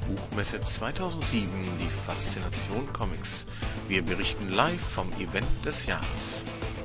Buchmesse 2007, die Faszination Comics. Wir berichten live vom Event des Jahres.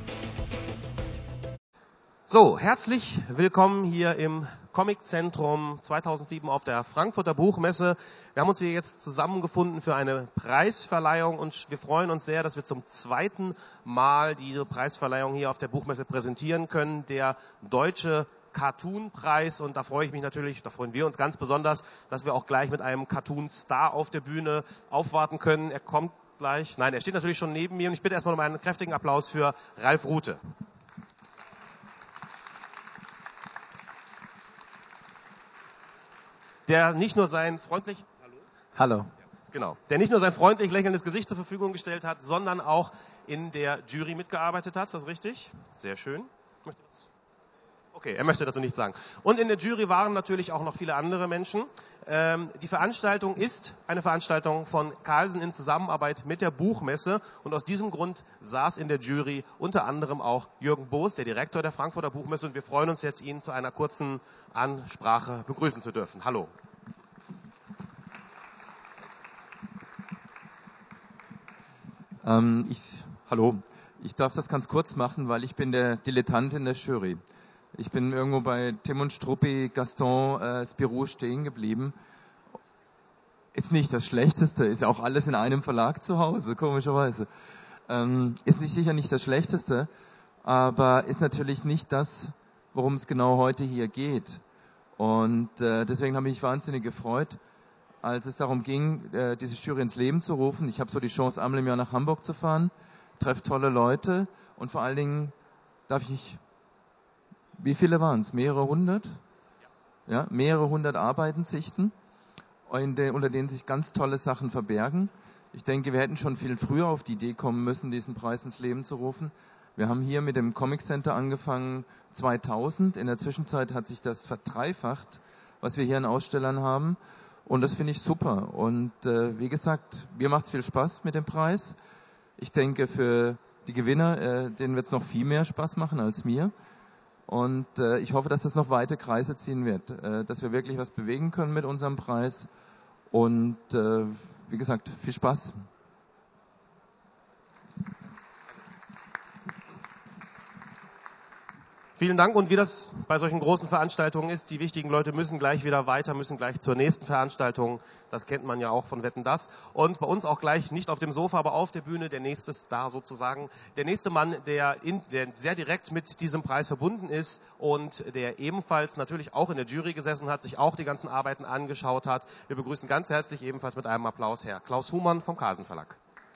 So, herzlich willkommen hier im Comiczentrum 2007 auf der Frankfurter Buchmesse. Wir haben uns hier jetzt zusammengefunden für eine Preisverleihung und wir freuen uns sehr, dass wir zum zweiten Mal diese Preisverleihung hier auf der Buchmesse präsentieren können. Der Deutsche Cartoon-Preis, und da freue ich mich natürlich, da freuen wir uns ganz besonders, dass wir auch gleich mit einem Cartoon-Star auf der Bühne aufwarten können. Er kommt gleich, nein, er steht natürlich schon neben mir und ich bitte erstmal um einen kräftigen Applaus für Ralf Rute. Der nicht nur sein freundlich lächelndes Gesicht zur Verfügung gestellt hat, sondern auch in der Jury mitgearbeitet hat. Ist das richtig? Sehr schön. Okay, er möchte dazu nichts sagen. Und in der Jury waren natürlich auch noch viele andere Menschen. Die Veranstaltung ist eine Veranstaltung von Carlsen in Zusammenarbeit mit der Buchmesse. Und aus diesem Grund saß in der Jury unter anderem auch Jürgen Boos, der Direktor der Frankfurter Buchmesse. Und wir freuen uns jetzt, ihn zu einer kurzen Ansprache begrüßen zu dürfen. Hallo. Hallo. Ich darf das ganz kurz machen, weil ich bin der Dilettant in der Jury. Ich bin irgendwo bei Tim und Struppi, Gaston, Spirou stehen geblieben. Ist nicht das Schlechteste, ist ja auch alles in einem Verlag zu Hause, komischerweise. Ist sicher nicht das Schlechteste, aber ist natürlich nicht das, worum es genau heute hier geht. Und deswegen habe ich mich wahnsinnig gefreut, als es darum ging, diese Jury ins Leben zu rufen. Ich habe so die Chance, einmal im Jahr nach Hamburg zu fahren, treffe tolle Leute und vor allen Dingen darf ich... Wie viele waren es? Mehrere hundert? Ja, mehrere hundert Arbeiten sichten, unter denen sich ganz tolle Sachen verbergen. Ich denke, wir hätten schon viel früher auf die Idee kommen müssen, diesen Preis ins Leben zu rufen. Wir haben hier mit dem Comic Center angefangen 2000. In der Zwischenzeit hat sich das verdreifacht, was wir hier an Ausstellern haben. Und das finde ich super. Und wie gesagt, mir macht es viel Spaß mit dem Preis. Ich denke, für die Gewinner, denen wird es noch viel mehr Spaß machen als mir. Und ich hoffe, dass das noch weite Kreise ziehen wird, dass wir wirklich was bewegen können mit unserem Preis. Und wie gesagt, viel Spaß. Vielen Dank. Und wie das bei solchen großen Veranstaltungen ist, die wichtigen Leute müssen gleich wieder weiter, müssen gleich zur nächsten Veranstaltung. Das kennt man ja auch von Wetten, dass. Und bei uns auch gleich nicht auf dem Sofa, aber auf der Bühne der nächste Star sozusagen. Der nächste Mann, der sehr direkt mit diesem Preis verbunden ist und der ebenfalls natürlich auch in der Jury gesessen hat, sich auch die ganzen Arbeiten angeschaut hat. Wir begrüßen ganz herzlich ebenfalls mit einem Applaus Herr Klaus Humann vom Carlsen Verlag.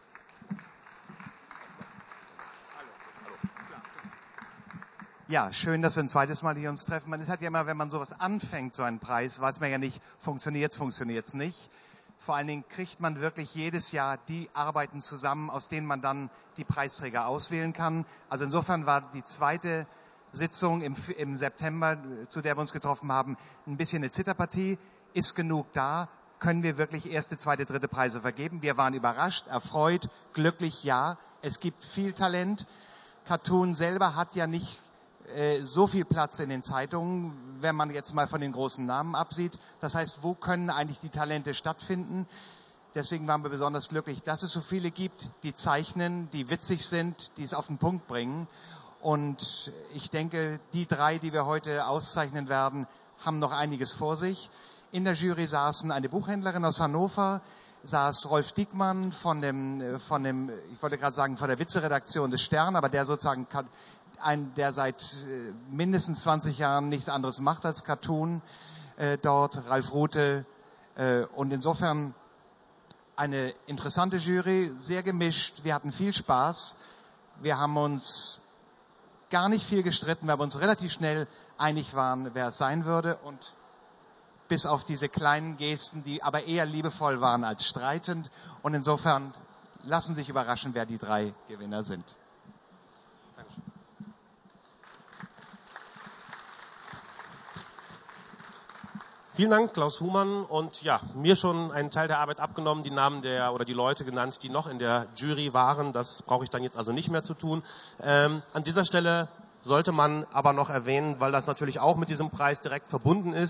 Ja, schön, dass wir ein zweites Mal hier uns treffen. Man ist halt ja immer, wenn man sowas anfängt, so einen Preis, weiß man ja nicht, funktioniert's nicht. Vor allen Dingen kriegt man wirklich jedes Jahr die Arbeiten zusammen, aus denen man dann die Preisträger auswählen kann. Also insofern war die zweite Sitzung im September, zu der wir uns getroffen haben, ein bisschen eine Zitterpartie. Ist genug da? Können wir wirklich erste, zweite, dritte Preise vergeben? Wir waren überrascht, erfreut, glücklich, ja. Es gibt viel Talent. Cartoon selber hat ja nicht so viel Platz in den Zeitungen, wenn man jetzt mal von den großen Namen absieht. Das heißt, wo können eigentlich die Talente stattfinden? Deswegen waren wir besonders glücklich, dass es so viele gibt, die zeichnen, die witzig sind, die es auf den Punkt bringen. Und ich denke, die drei, die wir heute auszeichnen werden, haben noch einiges vor sich. In der Jury saßen eine Buchhändlerin aus Hannover, saß Rolf Diekmann von der Witze-Redaktion des Stern, aber der sozusagen der seit mindestens 20 Jahren nichts anderes macht als Cartoon, dort Ralf Rute. Und insofern eine interessante Jury, sehr gemischt. Wir hatten viel Spaß. Wir haben uns gar nicht viel gestritten, weil wir uns relativ schnell einig waren, wer es sein würde. Und bis auf diese kleinen Gesten, die aber eher liebevoll waren als streitend. Und insofern lassen sich überraschen, wer die drei Gewinner sind. Dankeschön. Vielen Dank, Klaus Humann. Und ja, mir schon einen Teil der Arbeit abgenommen, die Namen die Leute genannt, die noch in der Jury waren. Das brauche ich dann jetzt also nicht mehr zu tun. An dieser Stelle sollte man aber noch erwähnen, weil das natürlich auch mit diesem Preis direkt verbunden ist,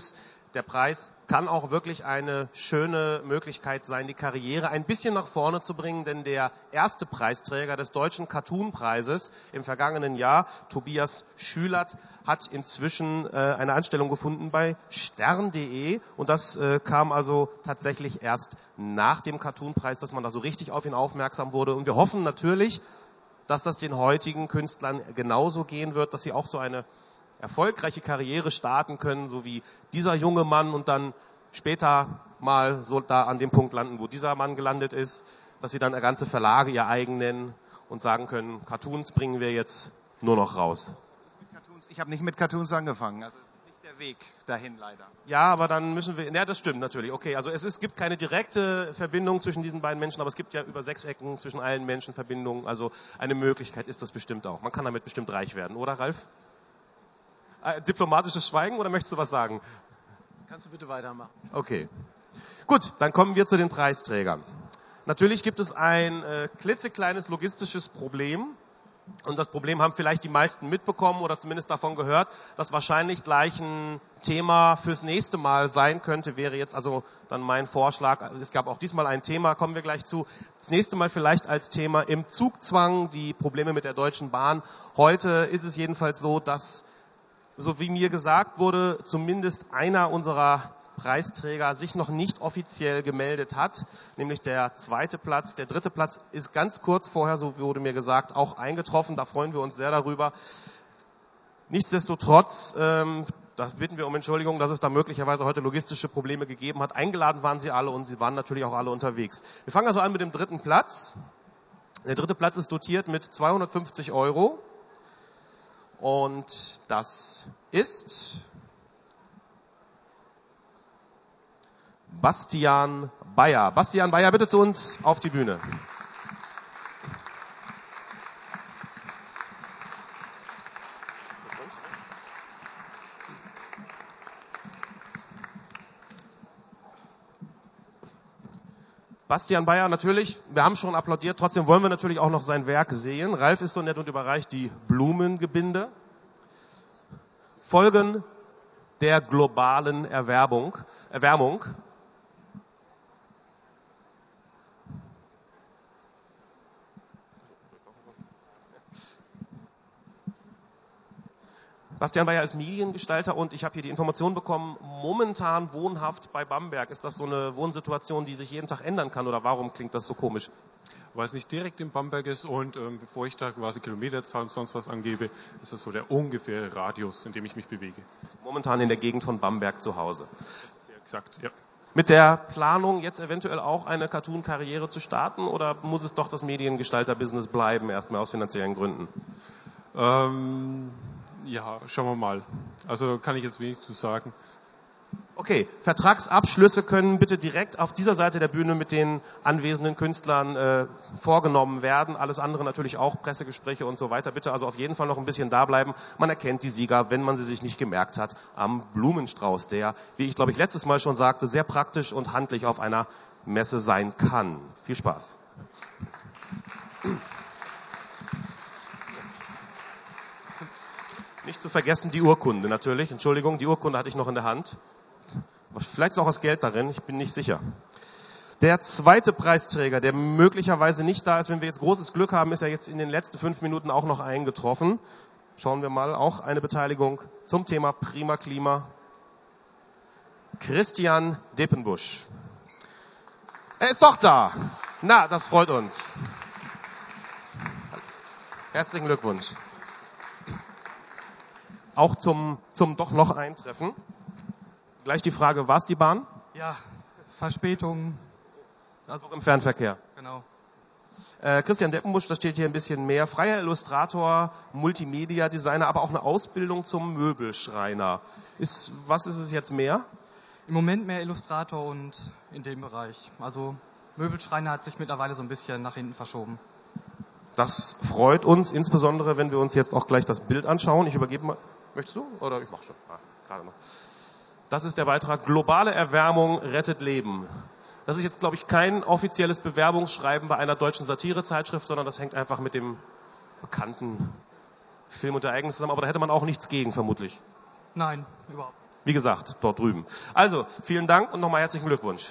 der Preis kann auch wirklich eine schöne Möglichkeit sein, die Karriere ein bisschen nach vorne zu bringen, denn der erste Preisträger des Deutschen Cartoon-Preises im vergangenen Jahr, Tobias Schülert, hat inzwischen eine Anstellung gefunden bei stern.de und das kam also tatsächlich erst nach dem Cartoon-Preis, dass man da so richtig auf ihn aufmerksam wurde. Und wir hoffen natürlich, dass das den heutigen Künstlern genauso gehen wird, dass sie auch so eine erfolgreiche Karriere starten können, so wie dieser junge Mann und dann später mal so da an dem Punkt landen, wo dieser Mann gelandet ist, dass sie dann ganze Verlage ihr eigen nennen und sagen können, Cartoons bringen wir jetzt nur noch raus. Ich habe nicht mit Cartoons angefangen, also es ist nicht der Weg dahin leider. Ja, aber dann müssen wir, ja, das stimmt natürlich, okay, also es gibt keine direkte Verbindung zwischen diesen beiden Menschen, aber es gibt ja über Sechsecken zwischen allen Menschen Verbindungen, also eine Möglichkeit ist das bestimmt auch. Man kann damit bestimmt reich werden, oder Ralf? Diplomatisches Schweigen oder möchtest du was sagen? Kannst du bitte weitermachen? Okay. Gut, dann kommen wir zu den Preisträgern. Natürlich gibt es ein klitzekleines logistisches Problem. Und das Problem haben vielleicht die meisten mitbekommen oder zumindest davon gehört, dass wahrscheinlich gleich ein Thema fürs nächste Mal sein könnte, wäre jetzt also dann mein Vorschlag. Es gab auch diesmal ein Thema, kommen wir gleich zu. Das nächste Mal vielleicht als Thema im Zugzwang, die Probleme mit der Deutschen Bahn. Heute ist es jedenfalls so, dass, so wie mir gesagt wurde, zumindest einer unserer Preisträger sich noch nicht offiziell gemeldet hat, nämlich der zweite Platz. Der dritte Platz ist ganz kurz vorher, so wurde mir gesagt, auch eingetroffen. Da freuen wir uns sehr darüber. Nichtsdestotrotz, das bitten wir um Entschuldigung, dass es da möglicherweise heute logistische Probleme gegeben hat. Eingeladen waren sie alle und sie waren natürlich auch alle unterwegs. Wir fangen also an mit dem dritten Platz. Der dritte Platz ist dotiert mit 250 € und das ist Bastian Bayer. Bastian Bayer, bitte zu uns auf die Bühne. Bastian Bayer, natürlich, wir haben schon applaudiert, trotzdem wollen wir natürlich auch noch sein Werk sehen. Ralf ist so nett und überreicht die Blumengebinde. Folgen der globalen Erwärmung. Bastian Bayer ist Mediengestalter und ich habe hier die Information bekommen, momentan wohnhaft bei Bamberg. Ist das so eine Wohnsituation, die sich jeden Tag ändern kann oder warum klingt das so komisch? Weil es nicht direkt in Bamberg ist und bevor ich da quasi Kilometerzahl und sonst was angebe, ist das so der ungefähre Radius, in dem ich mich bewege. Momentan in der Gegend von Bamberg zu Hause. Sehr exakt, ja. Mit der Planung, jetzt eventuell auch eine Cartoon-Karriere zu starten oder muss es doch das Mediengestalter-Business bleiben, erstmal aus finanziellen Gründen? Ja, schauen wir mal. Also kann ich jetzt wenig zu sagen. Okay, Vertragsabschlüsse können bitte direkt auf dieser Seite der Bühne mit den anwesenden Künstlern vorgenommen werden. Alles andere natürlich auch, Pressegespräche und so weiter. Bitte also auf jeden Fall noch ein bisschen da bleiben. Man erkennt die Sieger, wenn man sie sich nicht gemerkt hat, am Blumenstrauß, der, wie ich glaube ich letztes Mal schon sagte, sehr praktisch und handlich auf einer Messe sein kann. Viel Spaß. Nicht zu vergessen die Urkunde natürlich. Entschuldigung, die Urkunde hatte ich noch in der Hand. Vielleicht ist auch das Geld darin, ich bin nicht sicher. Der zweite Preisträger, der möglicherweise nicht da ist, wenn wir jetzt großes Glück haben, ist er jetzt in den letzten 5 Minuten auch noch eingetroffen. Schauen wir mal, auch eine Beteiligung zum Thema Prima Klima. Christian Dippenbusch. Er ist doch da. Na, das freut uns. Herzlichen Glückwunsch. Auch zum doch noch Eintreffen. Gleich die Frage, war es die Bahn? Ja, Verspätung. Also im Fernverkehr. Genau. Christian Deppenbusch, da steht hier ein bisschen mehr. Freier Illustrator, Multimedia-Designer, aber auch eine Ausbildung zum Möbelschreiner. Was ist es jetzt mehr? Im Moment mehr Illustrator und in dem Bereich. Also Möbelschreiner hat sich mittlerweile so ein bisschen nach hinten verschoben. Das freut uns, insbesondere wenn wir uns jetzt auch gleich das Bild anschauen. Ich übergebe mal. Möchtest du? Oder ich mach schon. Gerade noch. Das ist der Beitrag Globale Erwärmung rettet Leben. Das ist jetzt, glaube ich, kein offizielles Bewerbungsschreiben bei einer deutschen Satirezeitschrift, sondern das hängt einfach mit dem bekannten Film und Ereignis zusammen. Aber da hätte man auch nichts gegen, vermutlich. Nein, überhaupt. Wie gesagt, dort drüben. Also, vielen Dank und nochmal herzlichen Glückwunsch.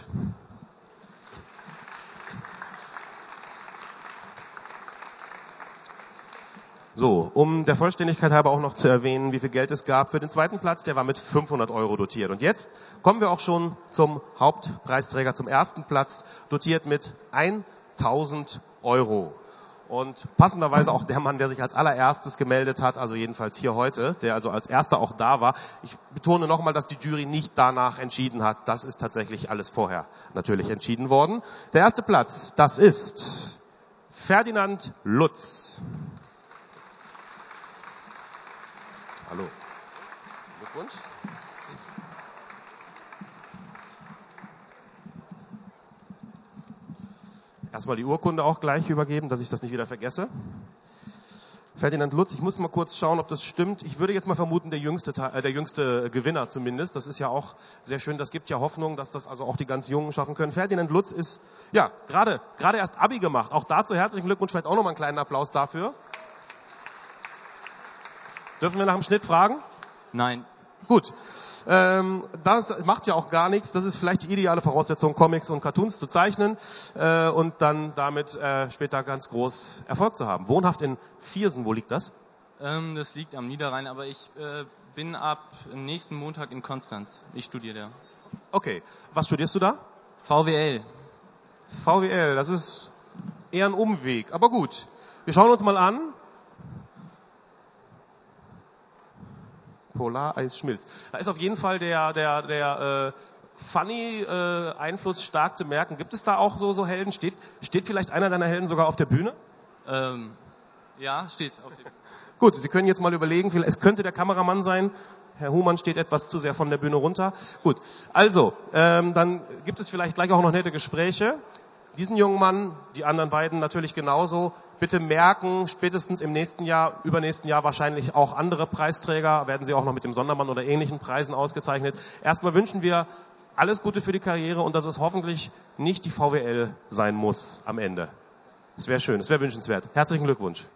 So, um der Vollständigkeit halber auch noch zu erwähnen, wie viel Geld es gab für den zweiten Platz, der war mit 500 € dotiert. Und jetzt kommen wir auch schon zum Hauptpreisträger, zum ersten Platz, dotiert mit 1.000 €. Und passenderweise auch der Mann, der sich als allererstes gemeldet hat, also jedenfalls hier heute, der also als erster auch da war. Ich betone nochmal, dass die Jury nicht danach entschieden hat. Das ist tatsächlich alles vorher natürlich entschieden worden. Der erste Platz, das ist Ferdinand Lutz. Hallo. Glückwunsch. Erstmal die Urkunde auch gleich übergeben, dass ich das nicht wieder vergesse. Ferdinand Lutz, ich muss mal kurz schauen, ob das stimmt. Ich würde jetzt mal vermuten, der jüngste Gewinner zumindest. Das ist ja auch sehr schön. Das gibt ja Hoffnung, dass das also auch die ganz Jungen schaffen können. Ferdinand Lutz ist, ja, gerade erst Abi gemacht. Auch dazu herzlichen Glückwunsch. Vielleicht auch nochmal einen kleinen Applaus dafür. Dürfen wir nach dem Schnitt fragen? Nein. Gut, das macht ja auch gar nichts. Das ist vielleicht die ideale Voraussetzung, Comics und Cartoons zu zeichnen und dann damit später ganz groß Erfolg zu haben. Wohnhaft in Viersen, wo liegt das? Das liegt am Niederrhein, aber ich bin ab nächsten Montag in Konstanz. Ich studiere da. Okay, was studierst du da? VWL. VWL, das ist eher ein Umweg, aber gut. Wir schauen uns mal an. Polareis schmilzt. Da ist auf jeden Fall der funny Einfluss stark zu merken. Gibt es da auch so Helden? Steht vielleicht einer deiner Helden sogar auf der Bühne? Ja, steht auf der Bühne. Gut, Sie können jetzt mal überlegen, es könnte der Kameramann sein. Herr Humann steht etwas zu sehr von der Bühne runter. Gut, also, dann gibt es vielleicht gleich auch noch nette Gespräche. Diesen jungen Mann, die anderen beiden natürlich genauso. Bitte merken, spätestens im nächsten Jahr, übernächsten Jahr wahrscheinlich auch andere Preisträger, werden sie auch noch mit dem Sondermann oder ähnlichen Preisen ausgezeichnet. Erstmal wünschen wir alles Gute für die Karriere und dass es hoffentlich nicht die VWL sein muss am Ende. Es wäre schön, es wäre wünschenswert. Herzlichen Glückwunsch.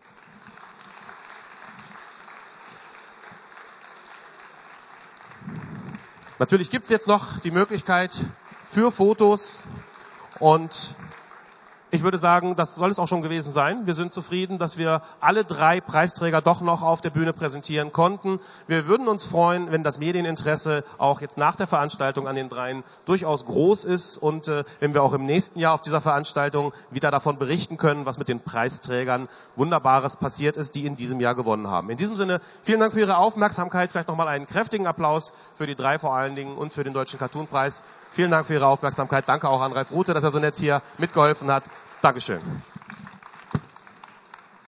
Natürlich gibt es jetzt noch die Möglichkeit für Fotos und ich würde sagen, das soll es auch schon gewesen sein. Wir sind zufrieden, dass wir alle 3 Preisträger doch noch auf der Bühne präsentieren konnten. Wir würden uns freuen, wenn das Medieninteresse auch jetzt nach der Veranstaltung an den 3 durchaus groß ist und wenn wir auch im nächsten Jahr auf dieser Veranstaltung wieder davon berichten können, was mit den Preisträgern Wunderbares passiert ist, die in diesem Jahr gewonnen haben. In diesem Sinne, vielen Dank für Ihre Aufmerksamkeit. Vielleicht nochmal einen kräftigen Applaus für die 3 vor allen Dingen und für den Deutschen Cartoonpreis. Vielen Dank für Ihre Aufmerksamkeit. Danke auch an Ralf Rute, dass er so nett hier mitgeholfen hat. Dankeschön.